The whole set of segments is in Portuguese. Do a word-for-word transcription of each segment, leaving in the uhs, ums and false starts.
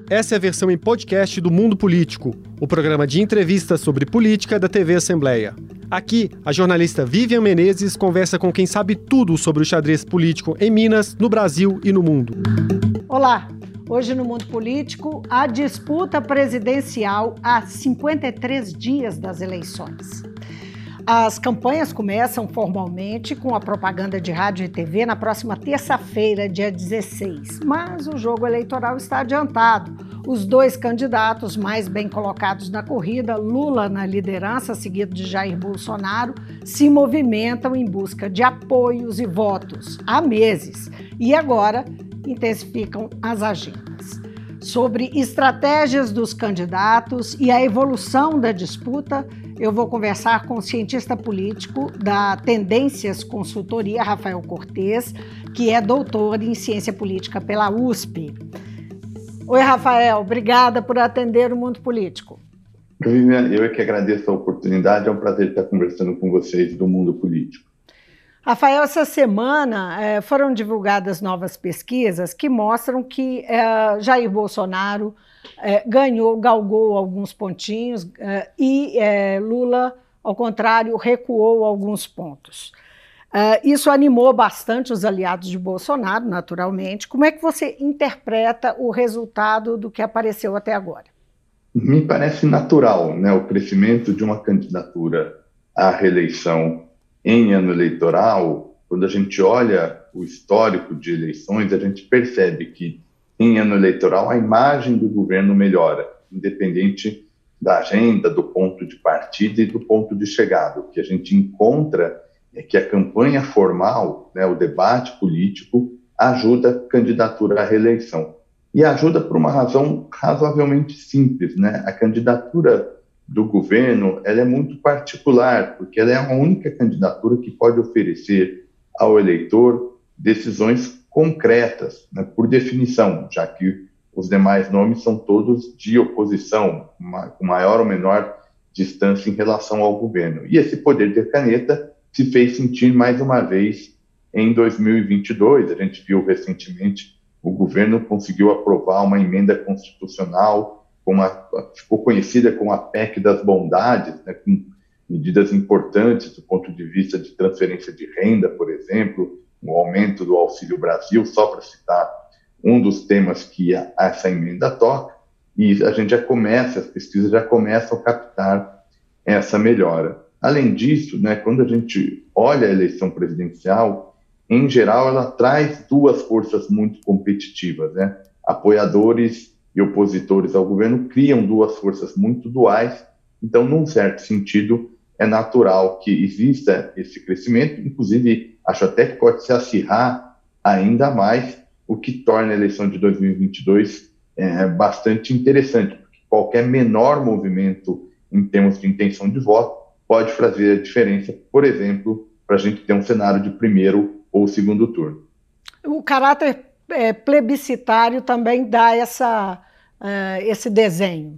Essa é a versão em podcast do Mundo Político, o programa de entrevistas sobre política da T V Assembleia. Aqui, a jornalista Vivian Menezes conversa com quem sabe tudo sobre o xadrez político em Minas, no Brasil e no mundo. Olá! Hoje no Mundo Político, a disputa presidencial há cinquenta e três dias das eleições. As campanhas começam formalmente com a propaganda de rádio e T V na próxima terça-feira, dia dezesseis. Mas o jogo eleitoral está adiantado. Os dois candidatos mais bem colocados na corrida, Lula na liderança, seguido de Jair Bolsonaro, se movimentam em busca de apoios e votos há meses. E agora intensificam as agendas. Sobre estratégias dos candidatos e a evolução da disputa, eu vou conversar com o cientista político da Tendências Consultoria, Rafael Cortes, que é doutor em ciência política pela U S P. Oi, Rafael, obrigada por atender o Mundo Político. Eu é que agradeço a oportunidade, é um prazer estar conversando com vocês do Mundo Político. Rafael, essa semana eh, foram divulgadas novas pesquisas que mostram que eh, Jair Bolsonaro eh, ganhou, galgou alguns pontinhos eh, e eh, Lula, ao contrário, recuou alguns pontos. Uh, isso animou bastante os aliados de Bolsonaro, naturalmente. Como é que você interpreta o resultado do que apareceu até agora? Me parece natural, né, o crescimento de uma candidatura à reeleição em ano eleitoral. Quando a gente olha o histórico de eleições, a gente percebe que em ano eleitoral a imagem do governo melhora, independente da agenda, do ponto de partida e do ponto de chegada. O que a gente encontra é que a campanha formal, né, o debate político, ajuda a candidatura à reeleição. E ajuda por uma razão razoavelmente simples, né? A candidatura do governo, ela é muito particular, porque ela é a única candidatura que pode oferecer ao eleitor decisões concretas, né, por definição, já que os demais nomes são todos de oposição, com maior ou menor distância em relação ao governo. E esse poder de caneta se fez sentir mais uma vez em dois mil e vinte e dois. A gente viu recentemente o governo conseguiu aprovar uma emenda constitucional, com a, ficou conhecida como a P E C das Bondades, né, com medidas importantes do ponto de vista de transferência de renda, por exemplo, o aumento do Auxílio Brasil, só para citar um dos temas que a, essa emenda toca, e a gente já começa, as pesquisas já começam a captar essa melhora. Além disso, né, quando a gente olha a eleição presidencial, em geral, ela traz duas forças muito competitivas, né? Apoiadores e opositores ao governo criam duas forças muito duais, então, num certo sentido, é natural que exista esse crescimento, inclusive, acho até que pode se acirrar ainda mais, o que torna a eleição de dois mil e vinte e dois é, bastante interessante, porque qualquer menor movimento em termos de intenção de voto pode fazer a diferença, por exemplo, para a gente ter um cenário de primeiro ou segundo turno. O caráter é, plebiscitário também dá essa, uh, esse desenho,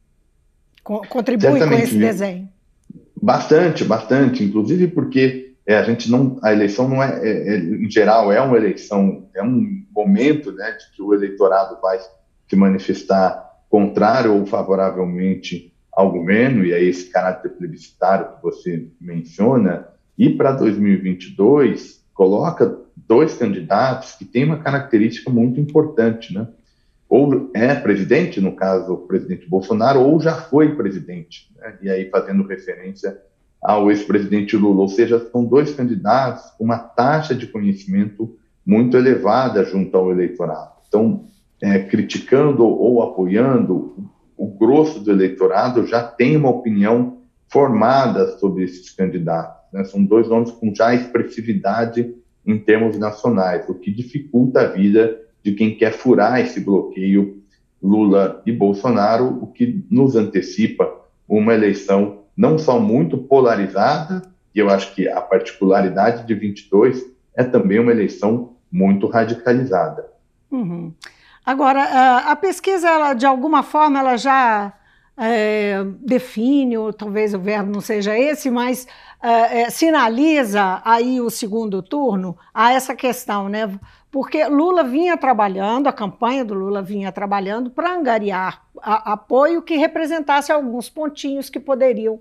Co- contribui Certamente, com esse desenho. Bastante, bastante, inclusive porque é, a gente não, a eleição não é, é, é, em geral, é uma eleição, é um momento, né, de que o eleitorado vai se manifestar contrário ou favoravelmente ao governo, e aí esse caráter plebiscitário que você menciona, e para dois mil e vinte e dois coloca dois candidatos que têm uma característica muito importante, né? Ou é presidente, no caso o presidente Bolsonaro, ou já foi presidente, né? E aí fazendo referência ao ex-presidente Lula, ou seja, são dois candidatos com uma taxa de conhecimento muito elevada junto ao eleitorado. Então, é, criticando ou apoiando, o grosso do eleitorado já tem uma opinião formada sobre esses candidatos, né? São dois nomes com já expressividade em termos nacionais, o que dificulta a vida de quem quer furar esse bloqueio Lula e Bolsonaro, o que nos antecipa uma eleição não só muito polarizada, e eu acho que a particularidade de vinte e dois é também uma eleição muito radicalizada. Uhum. Agora, a pesquisa, ela, de alguma forma, ela já é, define, ou talvez o verbo não seja esse, mas é, é, sinaliza aí o segundo turno a essa questão, né? Porque Lula vinha trabalhando, a campanha do Lula vinha trabalhando para angariar a, apoio que representasse alguns pontinhos que poderiam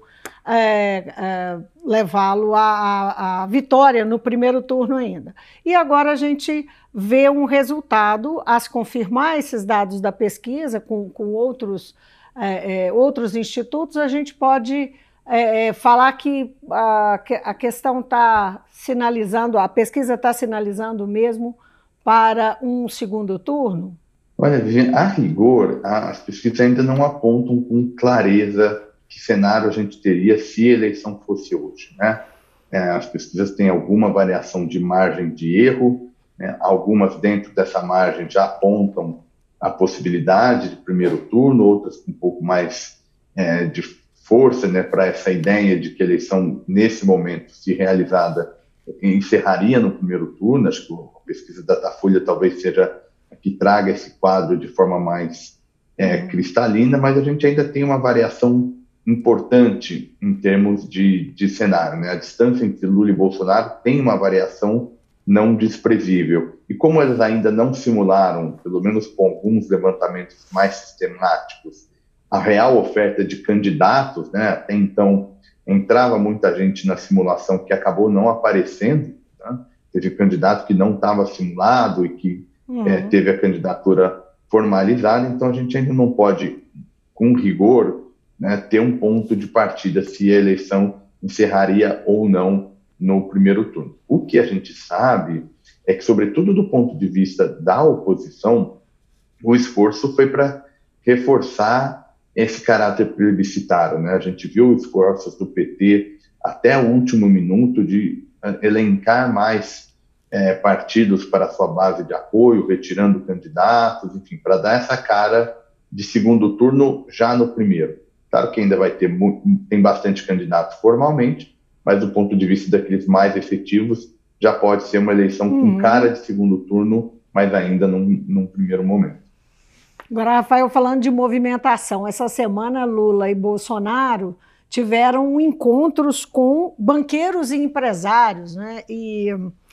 é, é, levá-lo à, à vitória no primeiro turno ainda. E agora a gente vê um resultado a se confirmar esses dados da pesquisa com, com outros, é, é, outros institutos, a gente pode é, é, falar que a, a questão está sinalizando, a pesquisa está sinalizando mesmo para um segundo turno? Olha, Viviane, a rigor, as pesquisas ainda não apontam com clareza que cenário a gente teria se a eleição fosse hoje, né? É, as pesquisas têm alguma variação de margem de erro, né? Algumas dentro dessa margem já apontam a possibilidade de primeiro turno, outras com um pouco mais é, de força, né, para essa ideia de que a eleição, nesse momento, se realizada, encerraria no primeiro turno. Acho que a pesquisa da Datafolha talvez seja a que traga esse quadro de forma mais é, cristalina, mas a gente ainda tem uma variação importante em termos de, de cenário, né? A distância entre Lula e Bolsonaro tem uma variação não desprezível. E como eles ainda não simularam, pelo menos com alguns levantamentos mais sistemáticos, a real oferta de candidatos, né? Até então entrava muita gente na simulação que acabou não aparecendo, tá? Teve candidato que não estava simulado e que uhum. é, teve a candidatura formalizada, então a gente ainda não pode, com rigor, né, ter um ponto de partida se a eleição encerraria ou não no primeiro turno. O que a gente sabe é que, sobretudo do ponto de vista da oposição, o esforço foi para reforçar esse caráter plebiscitário, né? A gente viu esforços do P T até o último minuto de elencar mais é, partidos para a sua base de apoio, retirando candidatos, enfim, para dar essa cara de segundo turno já no primeiro. Claro que ainda vai ter tem bastante candidatos formalmente, mas do ponto de vista daqueles mais efetivos, já pode ser uma eleição uhum. com cara de segundo turno, mas ainda num, num primeiro momento. Agora, Rafael, falando de movimentação, essa semana Lula e Bolsonaro tiveram encontros com banqueiros e empresários, né? E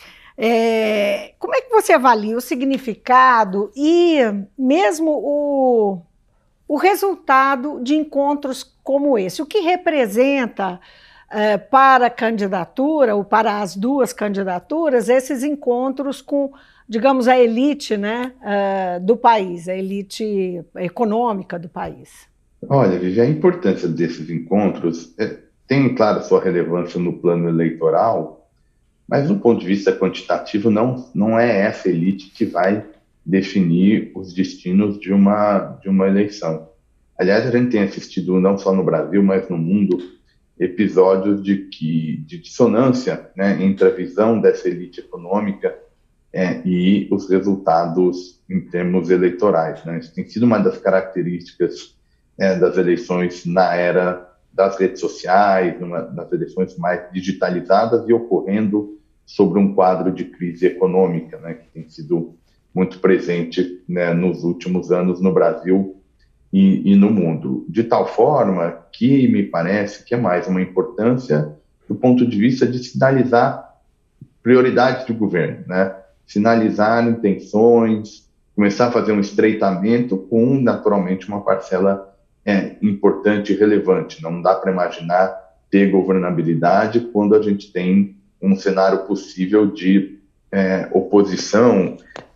é, como é que você avalia o significado e mesmo o, o resultado de encontros como esse? O que representa é, para a candidatura, ou para as duas candidaturas, esses encontros com, digamos, a elite, né, uh, do país, a elite econômica do país? Olha, Vivi, a importância desses encontros é, tem, claro, sua relevância no plano eleitoral, mas do ponto de vista quantitativo não, não é essa elite que vai definir os destinos de uma, de uma eleição. Aliás, a gente tem assistido, não só no Brasil, mas no mundo, episódios de, que, de dissonância, né, entre a visão dessa elite econômica É, e os resultados em termos eleitorais, né? Isso tem sido uma das características é, das eleições na era das redes sociais, uma das eleições mais digitalizadas e ocorrendo sobre um quadro de crise econômica, né, que tem sido muito presente, né, nos últimos anos no Brasil e, e no mundo, de tal forma que me parece que é mais uma importância do ponto de vista de sinalizar prioridades do governo, né? Sinalizar intenções, começar a fazer um estreitamento com, naturalmente, uma parcela é, importante e relevante. Não dá para imaginar ter governabilidade quando a gente tem um cenário possível de é, oposição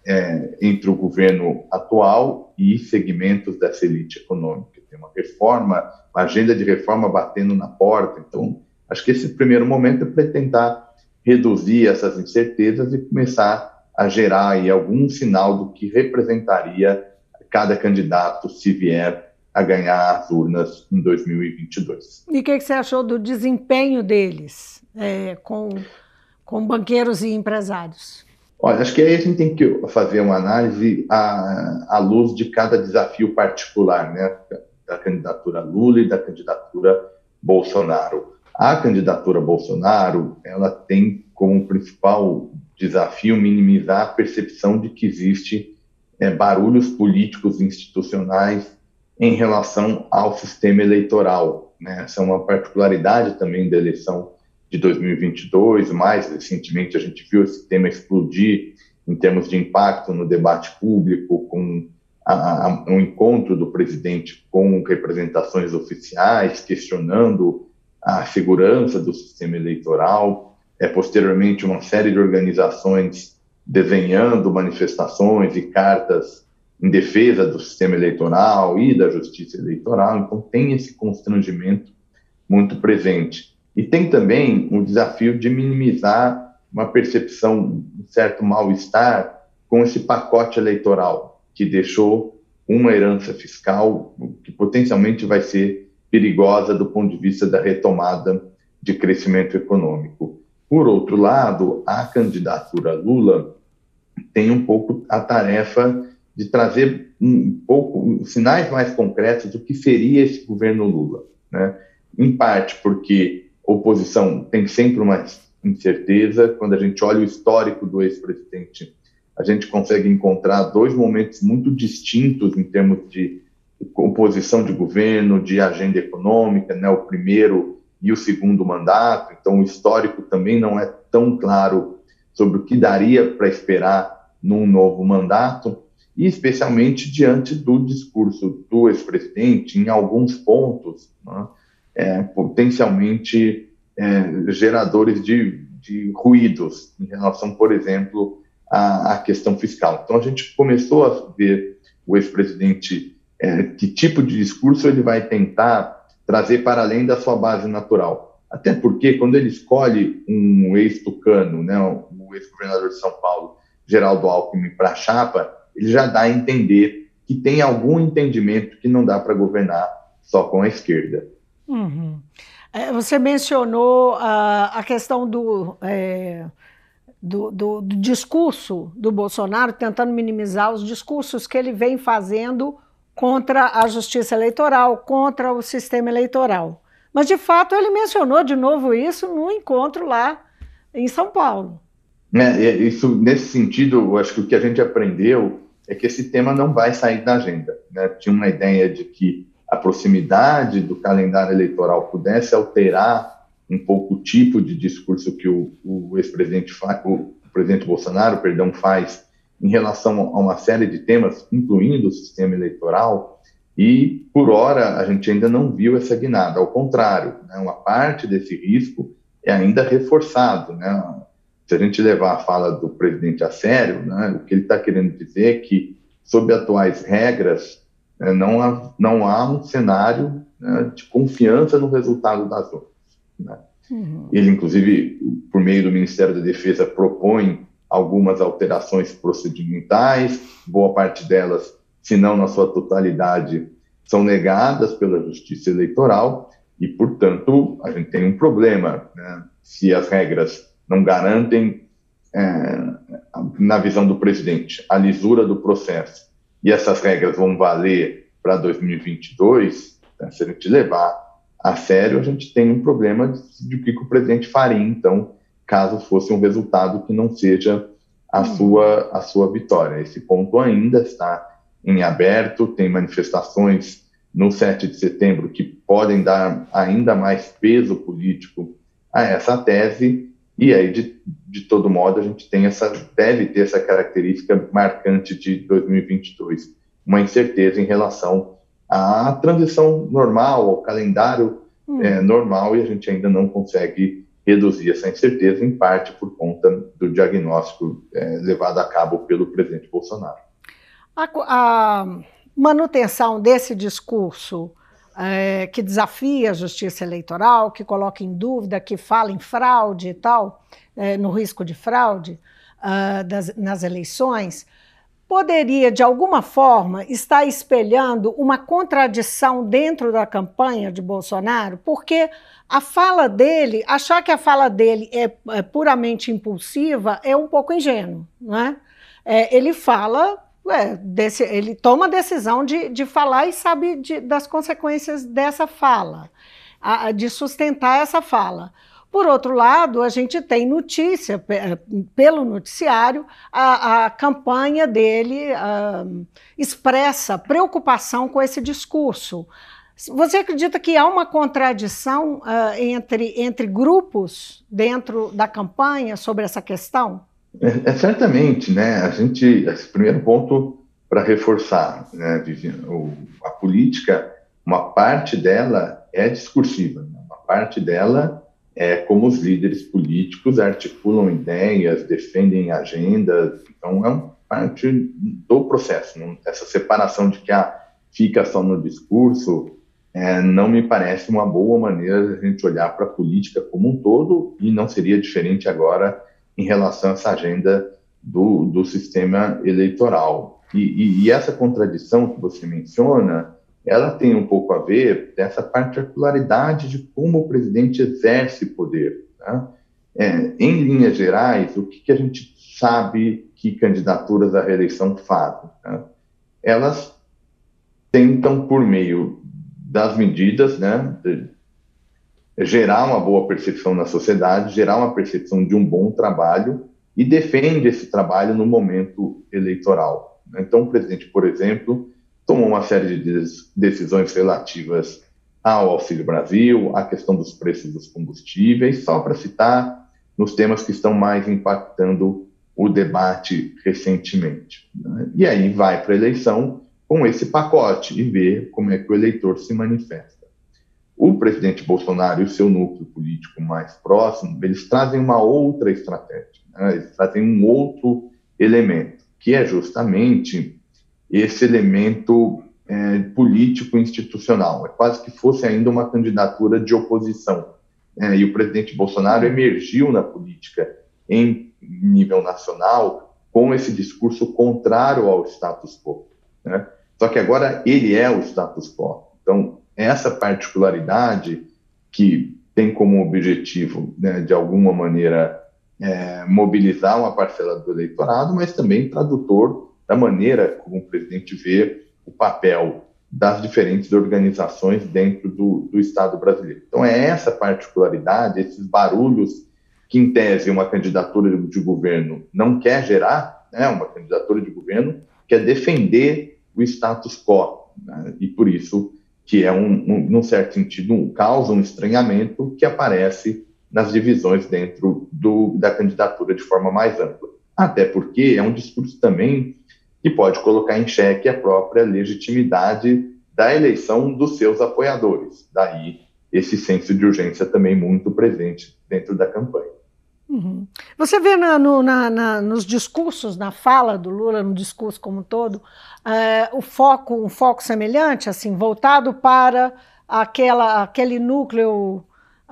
é, entre o governo atual e segmentos dessa elite econômica. Tem uma reforma, uma agenda de reforma batendo na porta. Então, acho que esse primeiro momento é para tentar reduzir essas incertezas e começar a gerar aí algum sinal do que representaria cada candidato se vier a ganhar as urnas em dois mil e vinte e dois. E o que, que você achou do desempenho deles é, com, com banqueiros e empresários? Olha, acho que aí a gente tem que fazer uma análise à, à luz de cada desafio particular, né? Da candidatura Lula e da candidatura Bolsonaro. A candidatura Bolsonaro, ela tem como principal desafio minimizar a percepção de que existe é, barulhos políticos institucionais em relação ao sistema eleitoral, né? Essa é uma particularidade também da eleição de dois mil e vinte e dois. Mais recentemente, a gente viu esse tema explodir em termos de impacto no debate público, com a, a, um encontro do presidente com representações oficiais, questionando a segurança do sistema eleitoral. É, posteriormente, uma série de organizações desenhando manifestações e cartas em defesa do sistema eleitoral e da justiça eleitoral. Então, tem esse constrangimento muito presente. E tem também o desafio de minimizar uma percepção de certo mal-estar com esse pacote eleitoral, que deixou uma herança fiscal que potencialmente vai ser perigosa do ponto de vista da retomada de crescimento econômico. Por outro lado, a candidatura Lula tem um pouco a tarefa de trazer um pouco sinais mais concretos do que seria esse governo Lula, né? Em parte porque a oposição tem sempre uma incerteza. Quando a gente olha o histórico do ex-presidente, a gente consegue encontrar dois momentos muito distintos em termos de composição de governo, de agenda econômica, né? O primeiro e o segundo mandato. Então, o histórico também não é tão claro sobre o que daria para esperar num novo mandato, e especialmente diante do discurso do ex-presidente, em alguns pontos, né, é, potencialmente é, geradores de, de ruídos em relação, por exemplo, à, à questão fiscal. Então, a gente começou a ver o ex-presidente, é, que tipo de discurso ele vai tentar trazer para além da sua base natural. Até porque, quando ele escolhe um ex-tucano, né, o ex-governador de São Paulo, Geraldo Alckmin, para a chapa, ele já dá a entender que tem algum entendimento que não dá para governar só com a esquerda. Uhum. É, você mencionou a, a questão do, é, do, do, do discurso do Bolsonaro, tentando minimizar os discursos que ele vem fazendo contra a justiça eleitoral, contra o sistema eleitoral. Mas, de fato, ele mencionou de novo isso no encontro lá em São Paulo. É, isso, nesse sentido, eu acho que o que a gente aprendeu é que esse tema não vai sair da agenda, né? Tinha uma ideia de que a proximidade do calendário eleitoral pudesse alterar um pouco o tipo de discurso que o, o ex-presidente faz, o presidente Bolsonaro, perdão, faz em relação a uma série de temas, incluindo o sistema eleitoral, e, por hora, a gente ainda não viu essa guinada. Ao contrário, né? Uma parte desse risco é ainda reforçado, né? Se a gente levar a fala do presidente a sério, né, o que ele está querendo dizer é que, sob atuais regras, né, não, há, não há um cenário, né, de confiança no resultado das urnas, né? Uhum. Ele, inclusive, por meio do Ministério da Defesa, propõe algumas alterações procedimentais, boa parte delas, se não na sua totalidade, são negadas pela Justiça Eleitoral e, portanto, a gente tem um problema, né, se as regras não garantem, é, na visão do presidente, a lisura do processo, e essas regras vão valer para dois mil e vinte e dois, né, se a gente levar a sério, a gente tem um problema de, de o que o presidente faria, então, caso fosse um resultado que não seja a sua, a sua vitória. Esse ponto ainda está em aberto, tem manifestações no sete de setembro que podem dar ainda mais peso político a essa tese. E aí, de, de todo modo, a gente tem essa, deve ter essa característica marcante de dois mil e vinte e dois, uma incerteza em relação à transição normal, ao calendário hum. é, normal, e a gente ainda não consegue reduzir essa incerteza, em parte por conta do diagnóstico é, levado a cabo pelo presidente Bolsonaro. A, a manutenção desse discurso É, que desafia a justiça eleitoral, que coloca em dúvida, que fala em fraude e tal, é, no risco de fraude uh, das, nas eleições, poderia, de alguma forma, estar espelhando uma contradição dentro da campanha de Bolsonaro, porque a fala dele, achar que a fala dele é, é puramente impulsiva é um pouco ingênuo, não é? É, ele fala... Ué, desse, ele toma a decisão de, de falar e sabe de, das consequências dessa fala, a, de sustentar essa fala. Por outro lado, a gente tem notícia, pelo noticiário, a, a campanha dele uh, expressa preocupação com esse discurso. Você acredita que há uma contradição uh, entre, entre grupos dentro da campanha sobre essa questão? É, é certamente, né? A gente, esse primeiro ponto para reforçar, né, Viviane, o, a política, uma parte dela é discursiva, né? Uma parte dela é como os líderes políticos articulam ideias, defendem agendas, então é uma parte do processo. Não? Essa separação de que ah, fica só no discurso é, não me parece uma boa maneira de a gente olhar para a política como um todo, e não seria diferente agora em relação a essa agenda do, do sistema eleitoral. E, e, e essa contradição que você menciona, ela tem um pouco a ver dessa particularidade de como o presidente exerce poder. Tá? É, em linhas gerais, o que, que a gente sabe que candidaturas à reeleição fazem? Tá? Elas tentam, por meio das medidas, né, de gerar uma boa percepção na sociedade, gerar uma percepção de um bom trabalho e defende esse trabalho no momento eleitoral. Então, o presidente, por exemplo, tomou uma série de decisões relativas ao Auxílio Brasil, à questão dos preços dos combustíveis, só para citar nos temas que estão mais impactando o debate recentemente. E aí vai para a eleição com esse pacote e ver como é que o eleitor se manifesta. O presidente Bolsonaro e o seu núcleo político mais próximo, eles trazem uma outra estratégia, né? Eles trazem um outro elemento, que é justamente esse elemento é, político-institucional. É quase que fosse ainda uma candidatura de oposição. É, e o presidente Bolsonaro emergiu na política em nível nacional com esse discurso contrário ao status quo, né? Só que agora ele é o status quo. Então, essa particularidade que tem como objetivo, né, de alguma maneira, é, mobilizar uma parcela do eleitorado, mas também tradutor da maneira como o presidente vê o papel das diferentes organizações dentro do, do Estado brasileiro. Então, é essa particularidade, esses barulhos que, em tese, uma candidatura de governo não quer gerar, né, uma candidatura de governo quer defender o status quo, né, e por isso que é, um, um, num certo sentido, um, causa um estranhamento que aparece nas divisões dentro do, da candidatura de forma mais ampla. Até porque é um discurso também que pode colocar em xeque a própria legitimidade da eleição dos seus apoiadores. Daí, esse senso de urgência também muito presente dentro da campanha. Uhum. Você vê na, no, na, na, nos discursos, na fala do Lula, no discurso como um todo, é, o foco, um foco semelhante, assim, voltado para aquela, aquele núcleo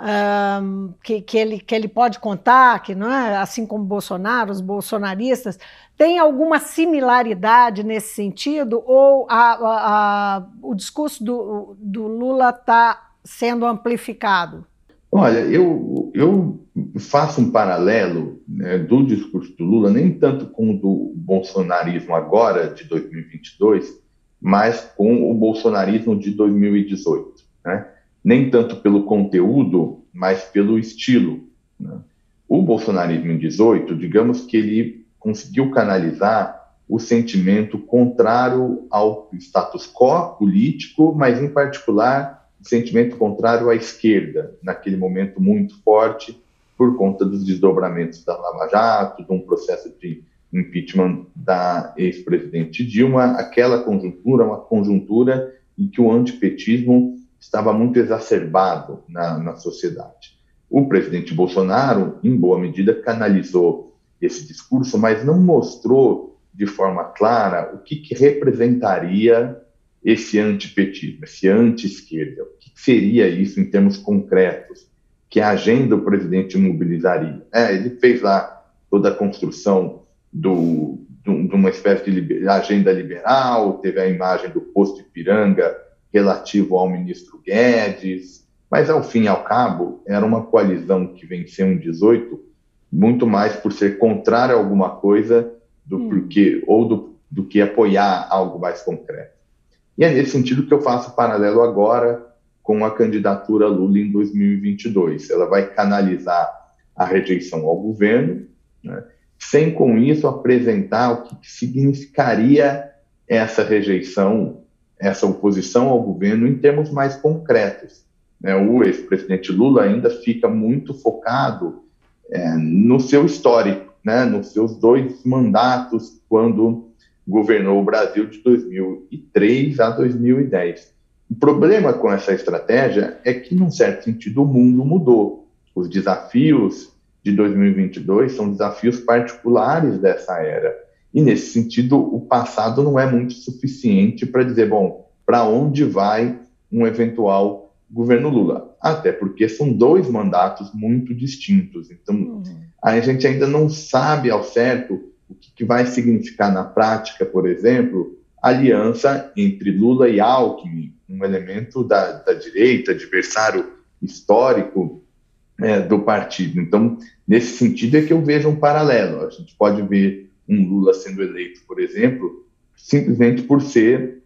um, que, que, ele, que ele pode contar, que, não é, assim como Bolsonaro, os bolsonaristas, tem alguma similaridade nesse sentido, ou a, a, a, o discurso do, do Lula está sendo amplificado? Olha, eu, eu faço um paralelo, né, do discurso do Lula, nem tanto com o do bolsonarismo agora, de dois mil e vinte e dois, mas com o bolsonarismo de dois mil e dezoito. Né? Nem tanto pelo conteúdo, mas pelo estilo. Né? O bolsonarismo em dezoito, digamos que ele conseguiu canalizar o sentimento contrário ao status quo político, mas, em particular, sentimento contrário à esquerda, naquele momento muito forte, por conta dos desdobramentos da Lava Jato, de um processo de impeachment da ex-presidente Dilma, aquela conjuntura, uma conjuntura em que o antipetismo estava muito exacerbado na, na sociedade. O presidente Bolsonaro, em boa medida, canalizou esse discurso, mas não mostrou de forma clara o que, que representaria esse antipetismo, esse anti-esquerda. O que seria isso em termos concretos? Que agenda o presidente mobilizaria? É, ele fez lá toda a construção do, do, de uma espécie de liber, agenda liberal, teve a imagem do posto Ipiranga relativo ao ministro Guedes, mas, ao fim e ao cabo, era uma coalizão que venceu em dezoito, muito mais por ser contrária a alguma coisa do hum. porque, ou do, do que apoiar algo mais concreto. E é nesse sentido que eu faço paralelo agora com a candidatura Lula em dois mil e vinte e dois. Ela vai canalizar a rejeição ao governo, né, sem com isso apresentar o que significaria essa rejeição, essa oposição ao governo em termos mais concretos. Né? O ex-presidente Lula ainda fica muito focado é, no seu histórico, né, nos seus dois mandatos quando governou o Brasil de dois mil e três a dois mil e dez. O problema com essa estratégia é que, num certo sentido, o mundo mudou. Os desafios de dois mil e vinte e dois são desafios particulares dessa era. E, nesse sentido, o passado não é muito suficiente para dizer, bom, para onde vai um eventual governo Lula? Até porque são dois mandatos muito distintos. Então, uhum. a gente ainda não sabe ao certo o que, que vai significar na prática, por exemplo, a aliança entre Lula e Alckmin, um elemento da, da direita, adversário histórico é, do partido. Então, nesse sentido é que eu vejo um paralelo. A gente pode ver um Lula sendo eleito, por exemplo, simplesmente por ser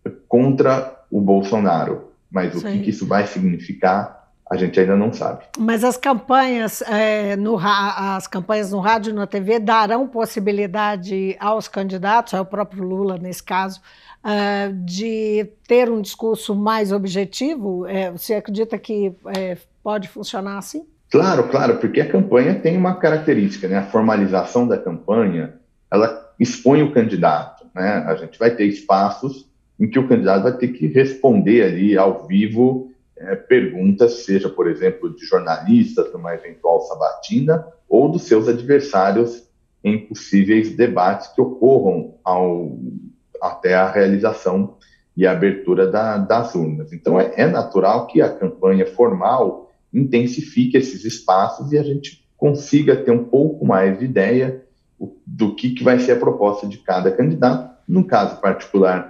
contra o Bolsonaro. Mas o que, que isso vai significar, a gente ainda não sabe. Mas as campanhas, é, no, as campanhas no rádio e na T V darão possibilidade aos candidatos, ao próprio Lula nesse caso, uh, de ter um discurso mais objetivo? É, você acredita que é, pode funcionar assim? Claro, claro, porque a campanha tem uma característica, né? A formalização da campanha, ela expõe o candidato, né? A gente vai ter espaços em que o candidato vai ter que responder ali ao vivo é, perguntas, seja, por exemplo, de jornalistas numa eventual sabatina ou dos seus adversários em possíveis debates que ocorram ao, até a realização e a abertura da, das urnas. Então, é, é natural que a campanha formal intensifique esses espaços e a gente consiga ter um pouco mais de ideia do que, que vai ser a proposta de cada candidato. No caso particular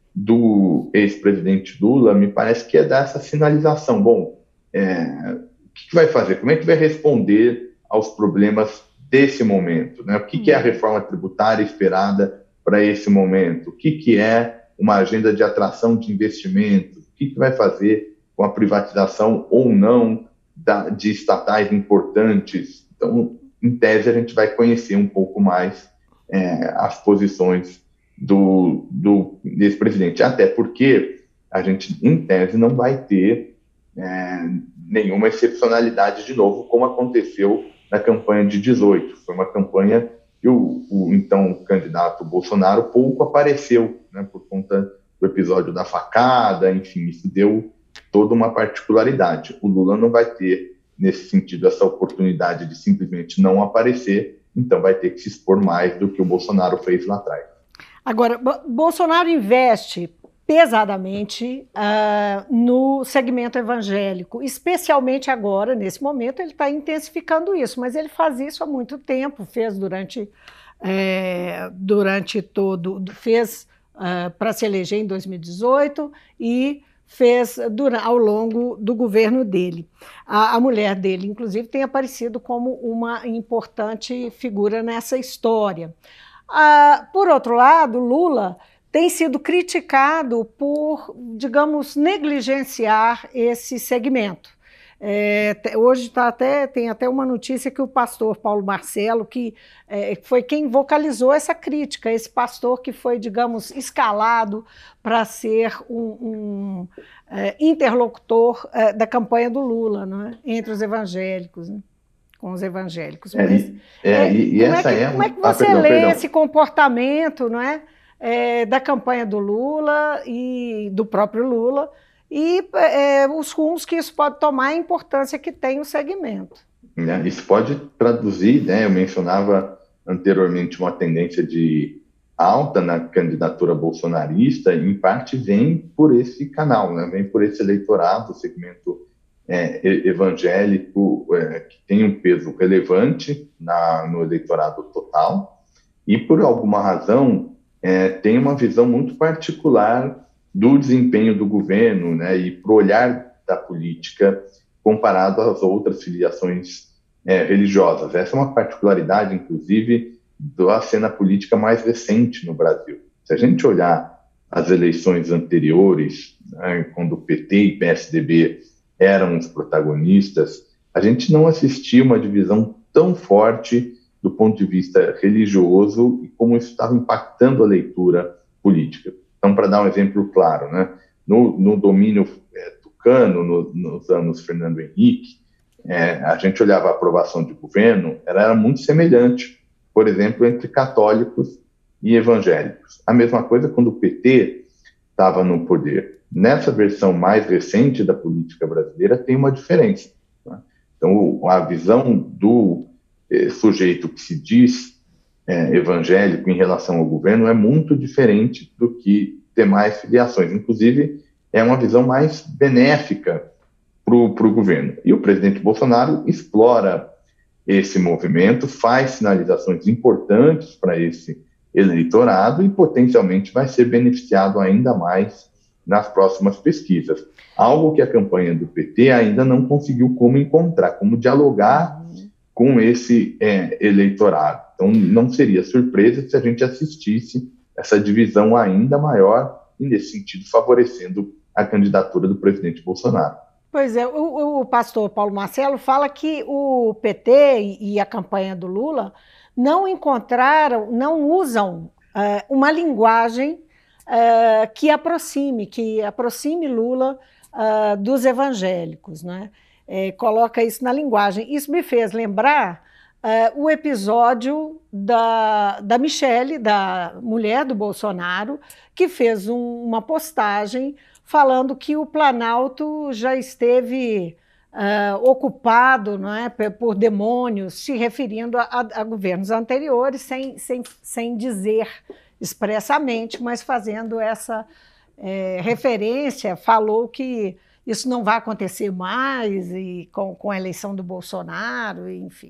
do ex-presidente Lula, me parece que é dar essa sinalização. Bom, é, o que, que vai fazer? Como é que vai responder aos problemas desse momento? Né? O que, que é a reforma tributária esperada para esse momento? O que, que é uma agenda de atração de investimentos? O que, que vai fazer com a privatização ou não da, de estatais importantes? Então, em tese, a gente vai conhecer um pouco mais é, as posições do, do ex-presidente, até porque a gente, em tese, não vai ter é, nenhuma excepcionalidade de novo, como aconteceu na campanha de dezoito. Foi uma campanha que o, o então candidato Bolsonaro pouco apareceu, né, por conta do episódio da facada, enfim, isso deu toda uma particularidade. O Lula não vai ter, nesse sentido, essa oportunidade de simplesmente não aparecer, então vai ter que se expor mais do que o Bolsonaro fez lá atrás. Agora, Bolsonaro investe pesadamente uh, no segmento evangélico, especialmente agora, nesse momento, ele está intensificando isso, mas ele faz isso há muito tempo, fez durante, é, durante todo, fez uh, para se eleger em dois mil e dezoito e fez durante, ao longo do governo dele. A, a mulher dele, inclusive, tem aparecido como uma importante figura nessa história. Ah, por outro lado, Lula tem sido criticado por, digamos, negligenciar esse segmento. É, hoje tá até, tem até uma notícia que o pastor Paulo Marcelo, que é, foi quem vocalizou essa crítica, esse pastor que foi, digamos, escalado para ser um, um é, interlocutor é, da campanha do Lula, não é? Entre os evangélicos, né? Com os evangélicos. É, Mas, é, é, e, e como, essa é que, é como é que você ah, perdão, lê perdão. esse comportamento, não é? É, da campanha do Lula e do próprio Lula e é, os rumos que isso pode tomar, a importância que tem o segmento? É, isso pode traduzir, né? Eu mencionava anteriormente uma tendência de alta na candidatura bolsonarista, em parte vem por esse canal, né? Vem por esse eleitorado, segmento É, evangélico, é, que tem um peso relevante na, no eleitorado total e, por alguma razão, é, tem uma visão muito particular do desempenho do governo, né, e para o olhar da política comparado às outras filiações é, religiosas. Essa é uma particularidade, inclusive, da cena política mais recente no Brasil. Se a gente olhar às eleições anteriores, né, quando o P T e P S D B eram os protagonistas, a gente não assistia uma divisão tão forte do ponto de vista religioso e como isso estava impactando a leitura política. Então, para dar um exemplo claro, né, no, no domínio é, tucano, no, nos anos Fernando Henrique, é, a gente olhava a aprovação de governo, ela era muito semelhante, por exemplo, entre católicos e evangélicos. A mesma coisa quando o P T estava no poder. Nessa versão mais recente da política brasileira tem uma diferença. Né? Então, a visão do eh, sujeito que se diz eh, evangélico em relação ao governo é muito diferente do que demais filiações. Inclusive, é uma visão mais benéfica para o governo. E o presidente Bolsonaro explora esse movimento, faz sinalizações importantes para esse eleitorado e potencialmente vai ser beneficiado ainda mais nas próximas pesquisas. Algo que a campanha do P T ainda não conseguiu como encontrar, como dialogar com esse é, eleitorado. Então, não seria surpresa se a gente assistisse essa divisão ainda maior e, nesse sentido, favorecendo a candidatura do presidente Bolsonaro. Pois é, o, o pastor Paulo Marcelo fala que o P T e a campanha do Lula não encontraram, não usam uh, uma linguagem uh, que aproxime, que aproxime Lula uh, dos evangélicos, né? É, coloca isso na linguagem. Isso me fez lembrar uh, o episódio da, da Michele, da mulher do Bolsonaro, que fez um, uma postagem falando que o Planalto já esteve uh, ocupado, não é, por demônios, se referindo a, a, a governos anteriores, sem, sem, sem dizer expressamente, mas fazendo essa é, referência, falou que isso não vai acontecer mais e com, com a eleição do Bolsonaro, enfim.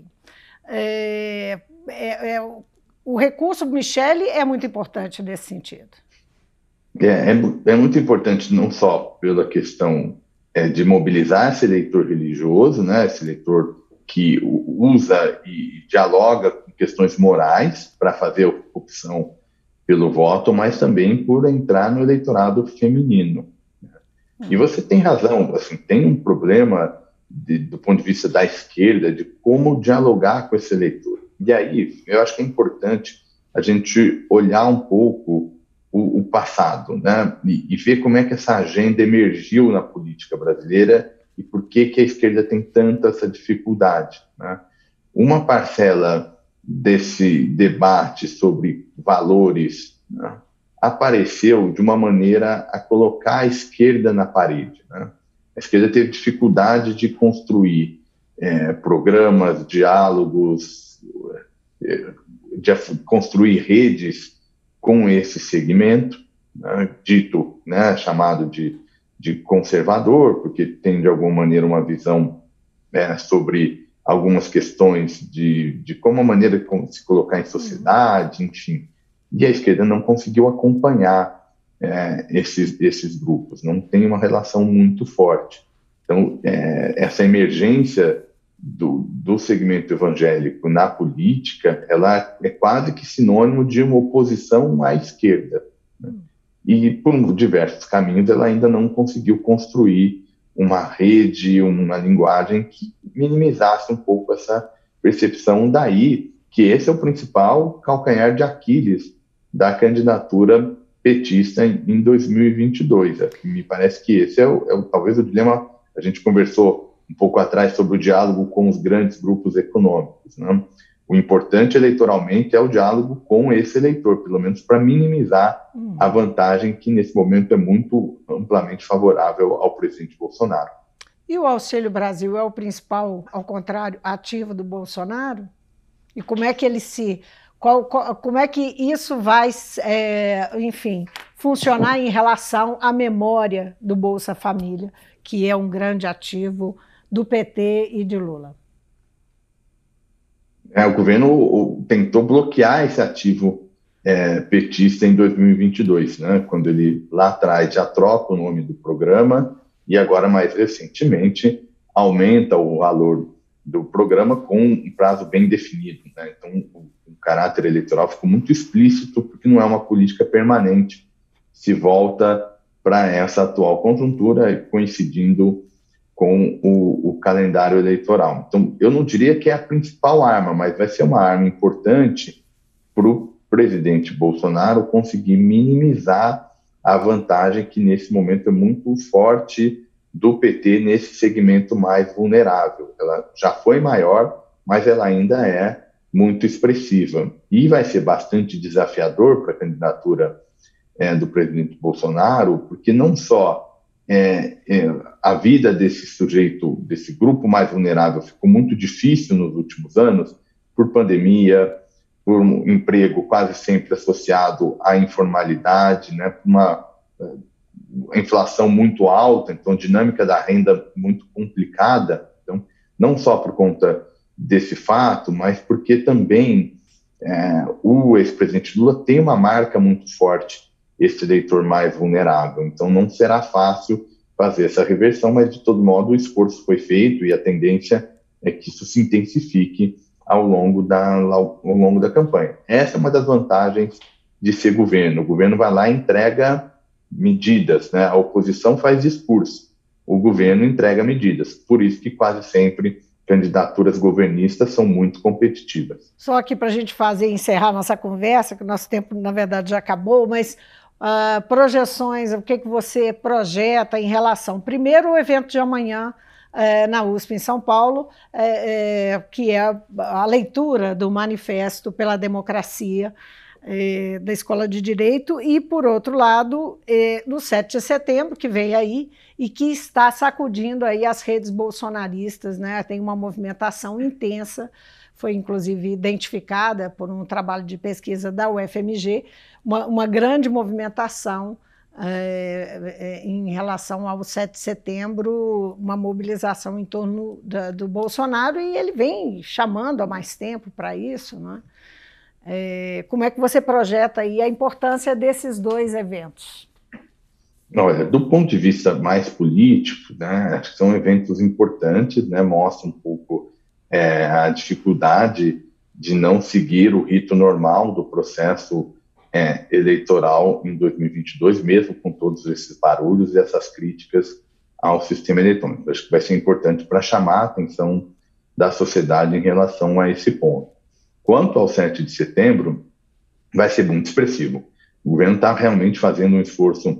É, é, é, o recurso Michele é muito importante nesse sentido. É, é, é muito importante não só pela questão é, de mobilizar esse eleitor religioso, né, esse eleitor que usa e dialoga com questões morais para fazer a opção pelo voto, mas também por entrar no eleitorado feminino. E você tem razão, assim, tem um problema de, do ponto de vista da esquerda de como dialogar com esse eleitor. E aí, eu acho que é importante a gente olhar um pouco o, o passado, né, e, e ver como é que essa agenda emergiu na política brasileira e por que, que a esquerda tem tanta essa dificuldade, né? Uma parcela desse debate sobre valores, né, apareceu de uma maneira a colocar a esquerda na parede, né? A esquerda teve dificuldade de construir é, programas, diálogos, de construir redes com esse segmento, né, dito, né, chamado de, de conservador, porque tem, de alguma maneira, uma visão é, sobre algumas questões de, de como a maneira de se colocar em sociedade, enfim. E a esquerda não conseguiu acompanhar é, esses, esses grupos, não tem uma relação muito forte. Então, é, essa emergência do, do segmento evangélico na política, ela é quase que sinônimo de uma oposição à esquerda, né? E, por diversos caminhos, ela ainda não conseguiu construir uma rede, uma linguagem que minimizasse um pouco essa percepção. Daí que esse é o principal calcanhar de Aquiles da candidatura petista em, em dois mil e vinte e dois. Me parece que esse é, o, é o, talvez o dilema. A gente conversou um pouco atrás sobre o diálogo com os grandes grupos econômicos, né? O importante eleitoralmente é o diálogo com esse eleitor, pelo menos para minimizar hum. a vantagem que nesse momento é muito amplamente favorável ao presidente Bolsonaro. E o Auxílio Brasil é o principal, ao contrário, ativo do Bolsonaro? E como é que ele se... Qual, qual, como é que isso vai, é, enfim, funcionar em relação à memória do Bolsa Família, que é um grande ativo do P T e de Lula? É, o governo o, tentou bloquear esse ativo é, petista em dois mil e vinte e dois, né, quando ele lá atrás já troca o nome do programa e agora, mais recentemente, aumenta o valor do programa com um prazo bem definido, né? Então, o, o caráter eleitoral ficou muito explícito porque não é uma política permanente se volta para essa atual conjuntura, coincidindo com o, o calendário eleitoral. Então, eu não diria que é a principal arma, mas vai ser uma arma importante para o presidente Bolsonaro conseguir minimizar a vantagem que, nesse momento, é muito forte do P T nesse segmento mais vulnerável. Ela já foi maior, mas ela ainda é muito expressiva. E vai ser bastante desafiador para a candidatura é, do presidente Bolsonaro, porque não só é, é, a vida desse sujeito, desse grupo mais vulnerável, ficou muito difícil nos últimos anos, por pandemia, por um emprego quase sempre associado à informalidade, né, por uma inflação muito alta, então dinâmica da renda muito complicada. Então, não só por conta desse fato, mas porque também é, o ex-presidente Lula tem uma marca muito forte, esse eleitor mais vulnerável. Então, não será fácil fazer essa reversão, mas, de todo modo, o esforço foi feito e a tendência é que isso se intensifique ao longo da, ao longo da campanha. Essa é uma das vantagens de ser governo. O governo vai lá e entrega medidas, né? A oposição faz discurso, o governo entrega medidas. Por isso que quase sempre candidaturas governistas são muito competitivas. Só aqui para a gente fazer encerrar nossa conversa, que o nosso tempo, na verdade, já acabou, mas uh, projeções, o que, que você projeta em relação, primeiro, o evento de amanhã, É, na U S P em São Paulo, é, é, que é a, a leitura do Manifesto pela Democracia é, da Escola de Direito, e, por outro lado, é, no sete de setembro, que vem aí, e que está sacudindo aí as redes bolsonaristas, né? Tem uma movimentação intensa, foi inclusive identificada por um trabalho de pesquisa da U F M G, uma, uma grande movimentação É, é, em relação ao sete de setembro, uma mobilização em torno da, do Bolsonaro, e ele vem chamando há mais tempo para isso, né? É, como é que você projeta aí a importância desses dois eventos? Olha, do ponto de vista mais político, né, acho que são eventos importantes, né, mostram um pouco é, a dificuldade de não seguir o rito normal do processo É, eleitoral em dois mil e vinte e dois, mesmo com todos esses barulhos e essas críticas ao sistema eletrônico. Acho que vai ser importante para chamar a atenção da sociedade em relação a esse ponto. Quanto ao sete de setembro, vai ser muito expressivo. O governo está realmente fazendo um esforço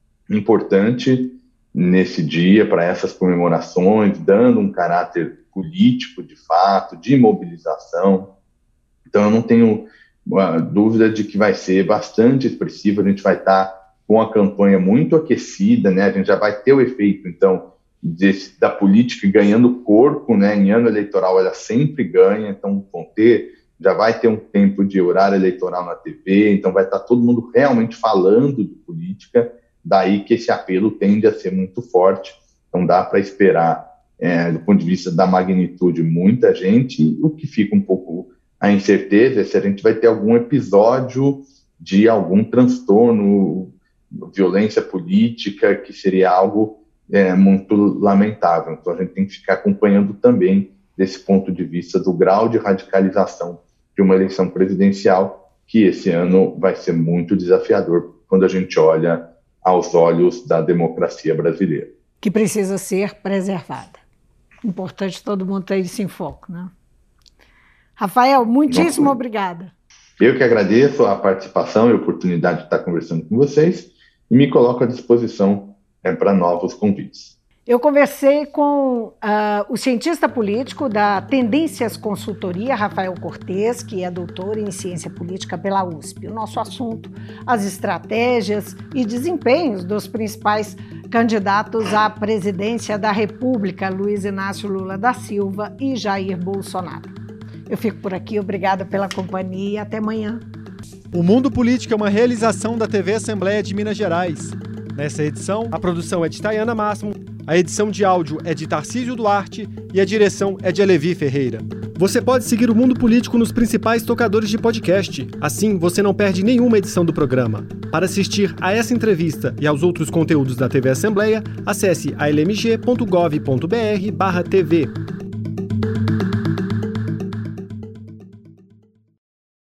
importante nesse dia para essas comemorações, dando um caráter político de fato, de mobilização. Então, eu não tenho a dúvida de que vai ser bastante expressivo. A gente vai estar com a campanha muito aquecida, né? A gente já vai ter o efeito, então, desse, da política ganhando corpo, né? Em ano eleitoral ela sempre ganha, então vão ter, já vai ter um tempo de horário eleitoral na T V, então vai estar todo mundo realmente falando de política, daí que esse apelo tende a ser muito forte. Então dá para esperar, é, do ponto de vista da magnitude, muita gente. O que fica um pouco a incerteza é se a gente vai ter algum episódio de algum transtorno, violência política, que seria algo é, muito lamentável. Então a gente tem que ficar acompanhando também desse ponto de vista do grau de radicalização de uma eleição presidencial, que esse ano vai ser muito desafiador quando a gente olha aos olhos da democracia brasileira. Que precisa ser preservada. Importante todo mundo ter isso em foco, né? Rafael, muitíssimo Nossa, obrigada. Eu que agradeço a participação e a oportunidade de estar conversando com vocês e me coloco à disposição é, para novos convites. Eu conversei com uh, o cientista político da Tendências Consultoria, Rafael Cortes, que é doutor em ciência política pela U S P. O nosso assunto, as estratégias e desempenhos dos principais candidatos à presidência da República, Luiz Inácio Lula da Silva e Jair Bolsonaro. Eu fico por aqui, obrigada pela companhia e até amanhã. O Mundo Político é uma realização da T V Assembleia de Minas Gerais. Nessa edição, a produção é de Tayana Máximo, a edição de áudio é de Tarcísio Duarte e a direção é de Alevi Ferreira. Você pode seguir o Mundo Político nos principais tocadores de podcast. Assim, você não perde nenhuma edição do programa. Para assistir a essa entrevista e aos outros conteúdos da T V Assembleia, acesse a l m g ponto gov ponto b r barra T V.